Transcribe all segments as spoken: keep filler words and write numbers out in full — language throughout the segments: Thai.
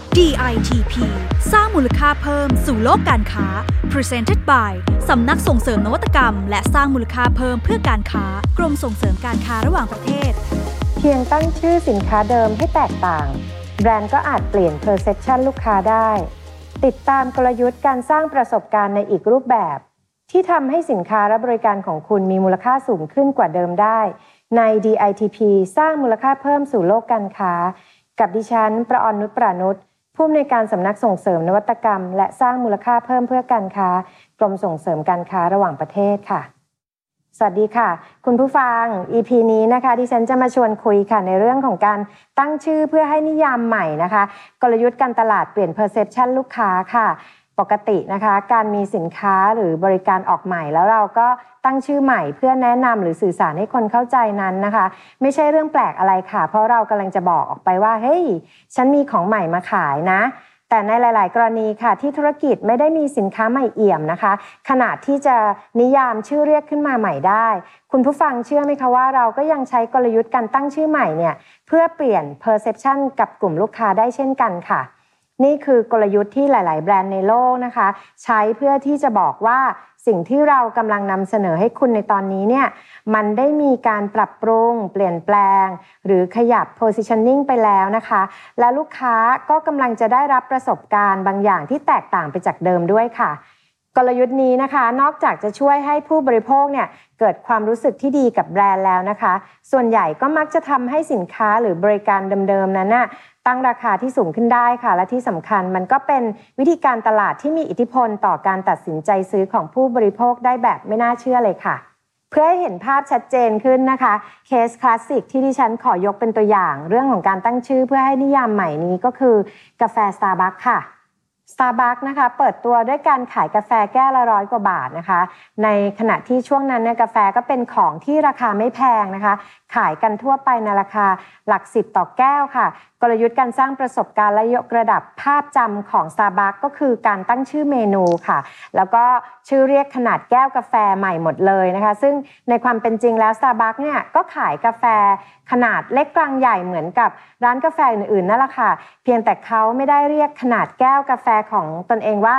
ดี ไอ ที พี สร้างมูลค่าเพิ่มสู่โลกการค้า Presented by สำนักส่งเสริมนวัตกรรมและสร้างมูลค่าเพิ่มเพื่อการค้ากรมส่งเสริมการค้าระหว่างประเทศเพียงตั้งชื่อสินค้าเดิมให้แตกต่างแบรนด์ก็อาจเปลี่ยน perception ลูกค้าได้ติดตามกลยุทธ์การสร้างประสบการณ์ในอีกรูปแบบที่ทำให้สินค้าและบริการของคุณมีมูลค่าสูงขึ้นกว่าเดิมได้ใน ดี ไอ ที พี สร้างมูลค่าเพิ่มสู่โลกการค้ากับดิฉันประออนนุชปรานุชผู้อำนวยการสำนักส่งเสริมนวัตกรรมและสร้างมูลค่าเพิ่มเพื่อการค้ากรมส่งเสริมการค้าระหว่างประเทศค่ะสวัสดีค่ะคุณผู้ฟัง อี พี นี้นะคะดิฉันจะมาชวนคุยค่ะในเรื่องของการตั้งชื่อเพื่อให้นิยามใหม่นะคะกลยุทธ์การตลาดเปลี่ยน perception ลูกค้าค่ะปกตินะคะการมีสินค้าหรือบริการออกใหม่แล้วเราก็ตั้งชื่อใหม่เพื่อแนะนำหรือสื่อสารให้คนเข้าใจนั้นนะคะไม่ใช่เรื่องแปลกอะไรค่ะเพราะเรากำลังจะบอกออกไปว่าเฮ้ยฉันมีของใหม่มาขายนะแต่ในหลายๆกรณีค่ะที่ธุรกิจไม่ได้มีสินค้าใหม่เอี่ยมนะคะขนาดที่จะนิยามชื่อเรียกขึ้นมาใหม่ได้คุณผู้ฟังเชื่อไหมคะว่าเราก็ยังใช้กลยุทธ์การตั้งชื่อใหม่เนี่ยเพื่อเปลี่ยน perception กับกลุ่มลูกค้าได้เช่นกันค่ะนี่คือกลยุทธ์ที่หลายๆแบรนด์ในโลกนะคะใช้เพื่อที่จะบอกว่าสิ่งที่เรากำลังนำเสนอให้คุณในตอนนี้เนี่ยมันได้มีการปรับปรุงเปลี่ยนแปลงหรือขยับ positioning ไปแล้วนะคะและลูกค้าก็กำลังจะได้รับประสบการณ์บางอย่างที่แตกต่างไปจากเดิมด้วยค่ะกลยุทธ์นี้นะคะนอกจากจะช่วยให้ผู้บริโภคเนี่ยเกิดความรู้สึกที่ดีกับแบรนด์แล้วนะคะส่วนใหญ่ก็มักจะทำให้สินค้าหรือบริการเดิมๆนั้นน่ะตั้งราคาที่สูงขึ้นได้ค่ะและที่สำคัญมันก็เป็นวิธีการตลาดที่มีอิทธิพลต่อการตัดสินใจซื้อของผู้บริโภคได้แบบไม่น่าเชื่อเลยค่ะเพื่อให้เห็นภาพชัดเจนขึ้นนะคะเคสคลาสสิกที่ดิฉันขอยกเป็นตัวอย่างเรื่องของการตั้งชื่อเพื่อให้นิยามใหม่นี้ก็คือกาแฟ Starbucks ค่ะStarbucks นะคะเปิดตัวด้วยการขายกาแฟแก้วละร้อยกว่าบาทนะคะในขณะที่ช่วงนั้นเนี่ยกาแฟก็เป็นของที่ราคาไม่แพงนะคะขายกันทั่วไปในราคาหลักสิบต่อแก้วค่ะกลยุทธ์การสร้างประสบการณ์และยกระดับภาพจำของ Starbucks ก็คือการตั้งชื่อเมนูค่ะแล้วก็ชื่อเรียกขนาดแก้วกาแฟใหม่หมดเลยนะคะซึ่งในความเป็นจริงแล้ว Starbucks เนี่ยก็ขายกาแฟขนาดเล็กกลางใหญ่เหมือนกับร้านกาแฟอื่นๆนั่นแหละค่ะเพียงแต่เขาไม่ได้เรียกขนาดแก้วกาแฟของตนเองว่า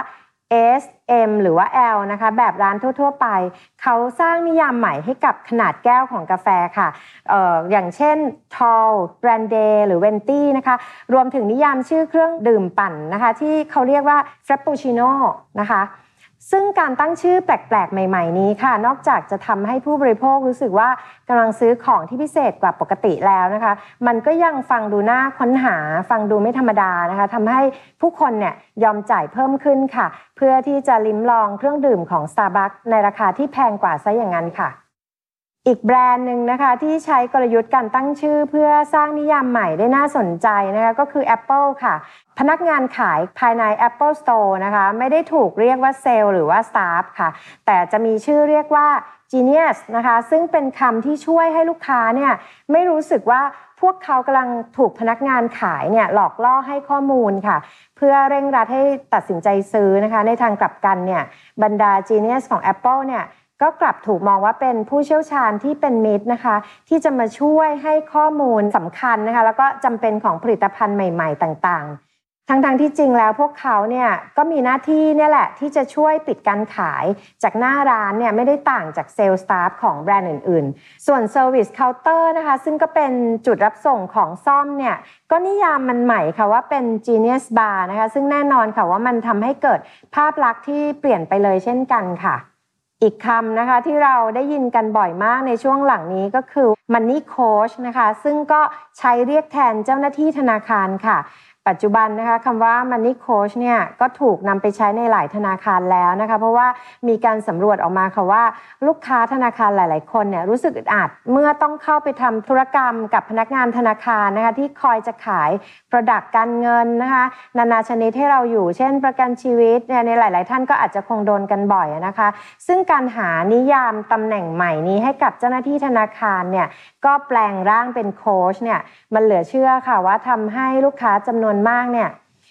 S M หรือว่า L นะคะแบบร้านทั่วๆไปเขาสร้างนิยามใหม่ให้กับขนาดแก้วของกาแฟค่ะเอ่ออย่างเช่น Tall Grande หรือ Venti นะคะรวมถึงนิยามชื่อเครื่องดื่มปั่นนะคะที่เขาเรียกว่า Frappuccino นะคะซึ่งการตั้งชื่อแปลกๆใหม่ๆนี้ค่ะนอกจากจะทำให้ผู้บริโภครู้สึกว่ากำลังซื้อของที่พิเศษกว่าปกติแล้วนะคะมันก็ยังฟังดูน่าค้นหาฟังดูไม่ธรรมดานะคะทำให้ผู้คนเนี่ยยอมจ่ายเพิ่มขึ้นค่ะเพื่อที่จะลิ้มลองเครื่องดื่มของ Starbucks ในราคาที่แพงกว่าซะอย่างนั้นค่ะอีกแบรนด์หนึ่งนะคะที่ใช้กลยุทธ์การตั้งชื่อเพื่อสร้างนิยามใหม่ได้น่าสนใจนะคะก็คือ Apple ค่ะพนักงานขายภายใน Apple Store นะคะไม่ได้ถูกเรียกว่าเซลล์หรือว่า Staff ค่ะแต่จะมีชื่อเรียกว่า Genius นะคะซึ่งเป็นคำที่ช่วยให้ลูกค้าเนี่ยไม่รู้สึกว่าพวกเขากำลังถูกพนักงานขายเนี่ยหลอกล่อให้ข้อมูลค่ะเพื่อเร่งรัดให้ตัดสินใจซื้อนะคะในทางกลับกันเนี่ยบรรดา Genius ของ Apple เนี่ยก็กลับถูกมองว่าเป็นผู้เชี่ยวชาญที่เป็นมิตรนะคะที่จะมาช่วยให้ข้อมูลสำคัญนะคะแล้วก็จำเป็นของผลิตภัณฑ์ใหม่ๆต่างๆทั้งๆที่จริงแล้วพวกเขาเนี่ยก็มีหน้าที่เนี่ยแหละที่จะช่วยปิดการขายจากหน้าร้านเนี่ยไม่ได้ต่างจากเซลล์สตาฟของแบรนด์อื่นๆส่วน Service Counter นะคะซึ่งก็เป็นจุดรับส่งของซ่อมเนี่ยก็นิยามมันใหม่ค่ะว่าเป็น Genius Bar นะคะซึ่งแน่นอนค่ะว่ามันทำให้เกิดภาพลักษณ์ที่เปลี่ยนไปเลยเช่นกันค่ะอีกคำนะคะที่เราได้ยินกันบ่อยมากในช่วงหลังนี้ก็คือ Money Coach นะคะซึ่งก็ใช้เรียกแทนเจ้าหน้าที่ธนาคารค่ะปัจจุบันนะคะคำว่า Money Coach เนี่ยก็ถูกนำไปใช้ในหลายธนาคารแล้วนะคะเพราะว่ามีการสำรวจออกมาค่ะว่าลูกค้าธนาคารหลายๆคนเนี่ยรู้สึกอึดอัดเมื่อต้องเข้าไปทำธุรกรรมกับพนักงานธนาคารนะคะที่คอยจะขาย Product การเงินนะคะนานาชนิดให้เราอยู่เช่นประกันชีวิตเนี่ยในหลายๆท่านก็อาจจะคงโดนกันบ่อยนะคะซึ่งการหานิยามตำแหน่งใหม่นี้ให้กับเจ้าหน้าที่ธนาคารเนี่ยก็แปลงร่างเป็นโค้ชเนี่ยมันเหลือเชื่อค่ะว่าทำให้ลูกค้าจำนวนมากเนี่ย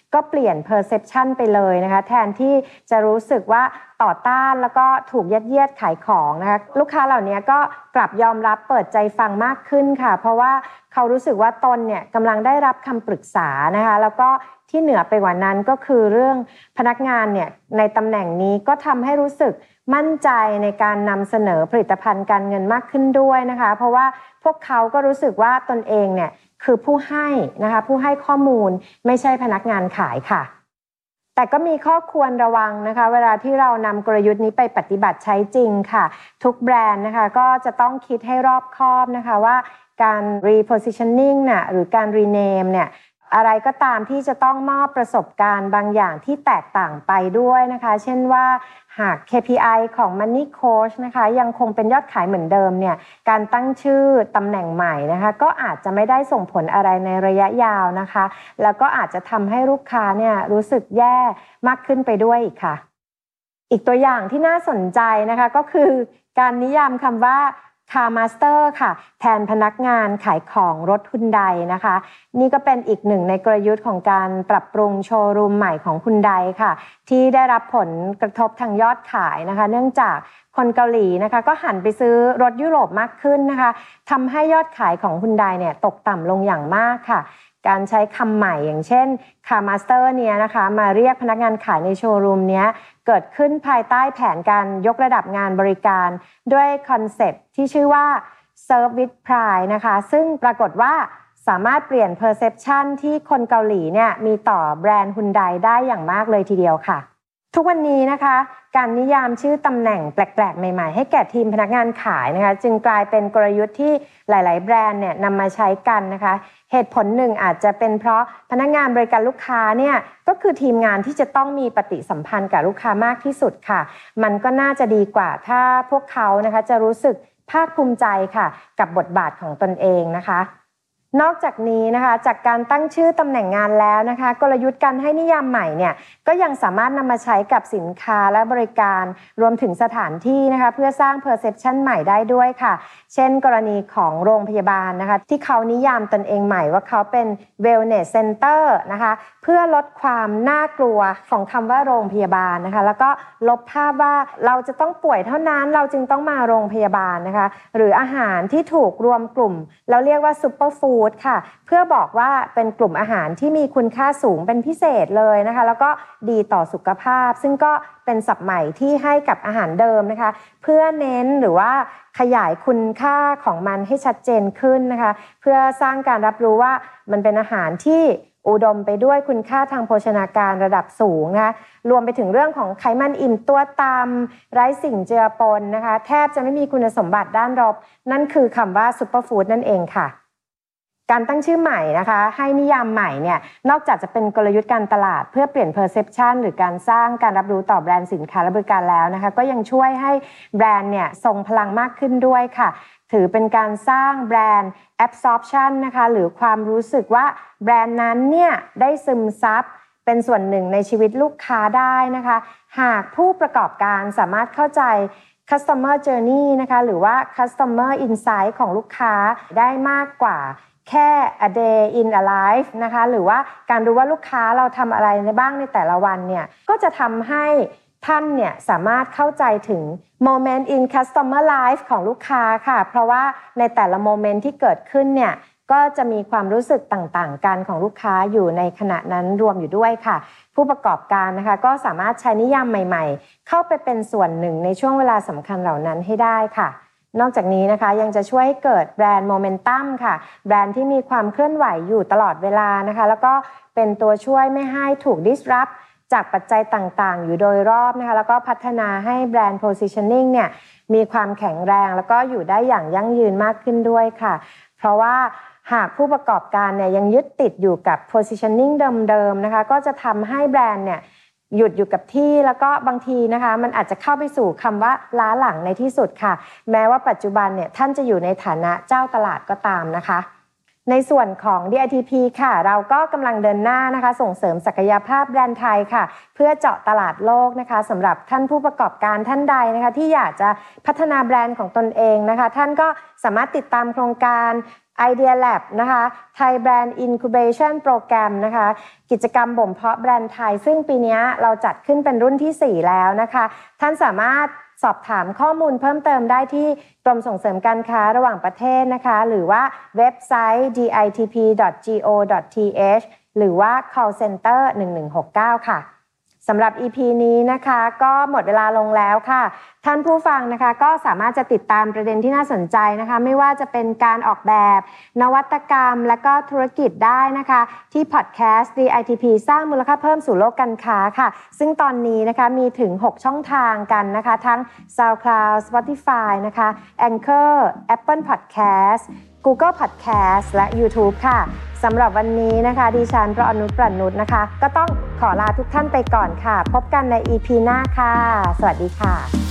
ก็เปลี่ยน perception ไปเลยนะคะแทนที่จะรู้สึกว่าต่อต้านแล้วก็ถูกยัดเยียดขายของนะคะลูกค้าเหล่านี้ก็กลับยอมรับเปิดใจฟังมากขึ้นค่ะเพราะว่าเขารู้สึกว่าตนเนี่ยกำลังได้รับคำปรึกษานะคะแล้วก็ที่เหนือไปกว่านั้นก็คือเรื่องพนักงานเนี่ยในตำแหน่งนี้ก็ทำให้รู้สึกมั่นใจในการนำเสนอผลิตภัณฑ์การเงินมากขึ้นด้วยนะคะเพราะว่าพวกเขาก็รู้สึกว่าตนเองเนี่ยคือผู้ให้นะคะผู้ให้ข้อมูลไม่ใช่พนักงานขายค่ะแต่ก็มีข้อควรระวังนะคะเวลาที่เรานำกลยุทธ์นี้ไปปฏิบัติใช้จริงค่ะทุกแบรนด์นะคะก็จะต้องคิดให้รอบคอบนะคะว่าการ repositioning น่ะหรือการ rename เนี่ยอะไรก็ตามที่จะต้องมอบประสบการณ์บางอย่างที่แตกต่างไปด้วยนะคะเช่นว่าหาก เค พี ไอ ของ Money Coach นะคะยังคงเป็นยอดขายเหมือนเดิมเนี่ยการตั้งชื่อตำแหน่งใหม่นะคะก็อาจจะไม่ได้ส่งผลอะไรในระยะยาวนะคะแล้วก็อาจจะทำให้ลูกค้าเนี่ยรู้สึกแย่มากขึ้นไปด้วยอีกค่ะอีกตัวอย่างที่น่าสนใจนะคะก็คือการนิยามคำว่าCar Master ค่ะแทนพนักงานขายของรถฮุนไดนะคะนี่ก็เป็นอีกหนึ่งในกลยุทธ์ของการปรับปรุงโชว์รูมใหม่ของฮุนไดค่ะที่ได้รับผลกระทบทางยอดขายนะคะเนื่องจากคนเกาหลีนะคะก็หันไปซื้อรถยุโรปมากขึ้นนะคะทำให้ยอดขายของฮุนไดเนี่ยตกต่ำลงอย่างมากค่ะการใช้คำใหม่อย่างเช่น Car Master เนี่ยนะคะมาเรียกพนักงานขายในโชว์รูมเนี้ยเกิดขึ้นภายใต้แผนการยกระดับงานบริการด้วยคอนเซ็ปต์ที่ชื่อว่า Serve with Pride นะคะซึ่งปรากฏว่าสามารถเปลี่ยน perception ที่คนเกาหลีเนี่ยมีต่อแบรนด์ฮุนไดได้อย่างมากเลยทีเดียวค่ะทุกวันนี้นะคะการนิยามชื่อตำแหน่งแปลกๆใหม่ๆให้แก่ทีมพนักงานขายนะคะจึงกลายเป็นกลยุทธ์ที่หลายๆแบรนด์เนี่ยนำมาใช้กันนะคะเหตุผลหนึ่งอาจจะเป็นเพราะพนักงานบริการลูกค้าเนี่ยก็คือทีมงานที่จะต้องมีปฏิสัมพันธ์กับลูกค้ามากที่สุดค่ะมันก็น่าจะดีกว่าถ้าพวกเขานะคะจะรู้สึกภาคภูมิใจค่ะกับบทบาทของตนเองนะคะนอกจากนี้นะคะจากการตั้งชื่อตำแหน่งงานแล้วนะคะกลยุทธ์การให้นิยามใหม่เนี่ยก็ยังสามารถนำมาใช้กับสินค้าและบริการรวมถึงสถานที่นะคะเพื่อสร้าง perception ใหม่ได้ด้วยค่ะเช่นกรณีของโรงพยาบาลนะคะที่เขานิยามตนเองใหม่ว่าเขาเป็น wellness center นะคะเพื่อลดความน่ากลัวของคำว่าโรงพยาบาลนะคะแล้วก็ลบภาพว่าเราจะต้องป่วยเท่านั้นเราจึงต้องมาโรงพยาบาลนะคะหรืออาหารที่ถูกรวมกลุ่มเราเรียกว่า super foodค่ะเพื่อบอกว่าเป็นกลุ่มอาหารที่มีคุณค่าสูงเป็นพิเศษเลยนะคะแล้วก็ดีต่อสุขภาพซึ่งก็เป็นศัพท์ใหม่ที่ให้กับอาหารเดิมนะคะเพื่อเน้นหรือว่าขยายคุณค่าของมันให้ชัดเจนขึ้นนะคะเพื่อสร้างการรับรู้ว่ามันเป็นอาหารที่อุดมไปด้วยคุณค่าทางโภชนาการระดับสูงนะคะรวมไปถึงเรื่องของไขมันอิ่มตัวต่ำไร้สิ่งเจือปนนะคะแทบจะไม่มีคุณสมบัติด้านลบนั่นคือคำว่าซุปเปอร์ฟู้ดนั่นเองค่ะการตั้งชื่อใหม่นะคะให้นิยามใหม่เนี่ยนอกจากจะเป็นกลยุทธ์การตลาดเพื่อเปลี่ยน perception หรือการสร้างการรับรู้ต่อแบรนด์สินค้าและบริการแล้วนะคะก็ยังช่วยให้แบรนด์เนี่ยทรงพลังมากขึ้นด้วยค่ะถือเป็นการสร้างแบรนด์ absorption นะคะหรือความรู้สึกว่าแบรนด์นั้นเนี่ยได้ซึมซับเป็นส่วนหนึ่งในชีวิตลูกค้าได้นะคะหากผู้ประกอบการสามารถเข้าใจcustomer journey นะคะหรือว่า customer insight ของลูกค้าได้มากกว่าแค่ a day in a life นะคะหรือว่าการรู้ว่าลูกค้าเราทำอะไรในบ้างในแต่ละวันเนี่ยก็จะทำให้ท่านเนี่ยสามารถเข้าใจถึง moment in customer life ของลูกค้าค่ะเพราะว่าในแต่ละโมเมนต์ที่เกิดขึ้นเนี่ยก็จะมีความรู้สึกต่างๆกันของลูกค้าอยู่ในขณะนั้นรวมอยู่ด้วยค่ะผู้ประกอบการนะคะก็สามารถใช้นิยามใหม่ๆเข้าไปเป็นส่วนหนึ่งในช่วงเวลาสำคัญเหล่านั้นให้ได้ค่ะนอกจากนี้นะคะยังจะช่วยให้เกิดแบรนด์โมเมนตัมค่ะแบรนด์ที่มีความเคลื่อนไหวอยู่ตลอดเวลานะคะแล้วก็เป็นตัวช่วยไม่ให้ถูก disrupt จากปัจจัยต่างๆอยู่โดยรอบนะคะแล้วก็พัฒนาให้แบรนด์ positioning เนี่ยมีความแข็งแรงแล้วก็อยู่ได้อย่างยั่งยืนมากขึ้นด้วยค่ะเพราะว่าหากผู้ประกอบการเนี่ยยังยึดติดอยู่กับ positioning เดิมๆนะคะก็จะทำให้แบรนด์เนี่ยหยุดอยู่กับที่แล้วก็บางทีนะคะมันอาจจะเข้าไปสู่คำว่าล้าหลังในที่สุดค่ะแม้ว่าปัจจุบันเนี่ยท่านจะอยู่ในฐานะเจ้าตลาดก็ตามนะคะในส่วนของ ดี ไอ ที พี ค่ะเราก็กำลังเดินหน้านะคะส่งเสริมศักยภาพแบรนด์ไทยค่ะเพื่อเจาะตลาดโลกนะคะสำหรับท่านผู้ประกอบการท่านใดนะคะที่อยากจะพัฒนาแบรนด์ของตนเองนะคะท่านก็สามารถติดตามโครงการ Idea Lab นะคะ Thai Brand Incubation Program นะคะกิจกรรมบ่มเพาะแบรนด์ไทยซึ่งปีนี้เราจัดขึ้นเป็นรุ่นที่สี่แล้วนะคะท่านสามารถสอบถามข้อมูลเพิ่มเติมได้ที่กรมส่งเสริมการค้าระหว่างประเทศนะคะหรือว่าเว็บไซต์ ดี ไอ ที พี ดอท จี โอ ดอท ที เอช หรือว่า call center หนึ่งหนึ่งหกเก้าค่ะสำหรับ อี พี นี้นะคะก็หมดเวลาลงแล้วค่ะท่านผู้ฟังนะคะก็สามารถจะติดตามประเด็นที่น่าสนใจนะคะไม่ว่าจะเป็นการออกแบบนวัตกรรมและก็ธุรกิจได้นะคะที่พอดแคสต์ ดี ไอ ที พี สร้างมูลค่าเพิ่มสู่โลกการค้าค่ะซึ่งตอนนี้นะคะมีถึงหกช่องทางกันนะคะทั้ง SoundCloud Spotify นะคะ Anchor Apple Podcast Google Podcast และ YouTube ค่ะสำหรับวันนี้นะคะดิฉันประอนุช ประนุชนะคะก็ต้องขอลาทุกท่านไปก่อนค่ะพบกันใน อี พี หน้าค่ะสวัสดีค่ะ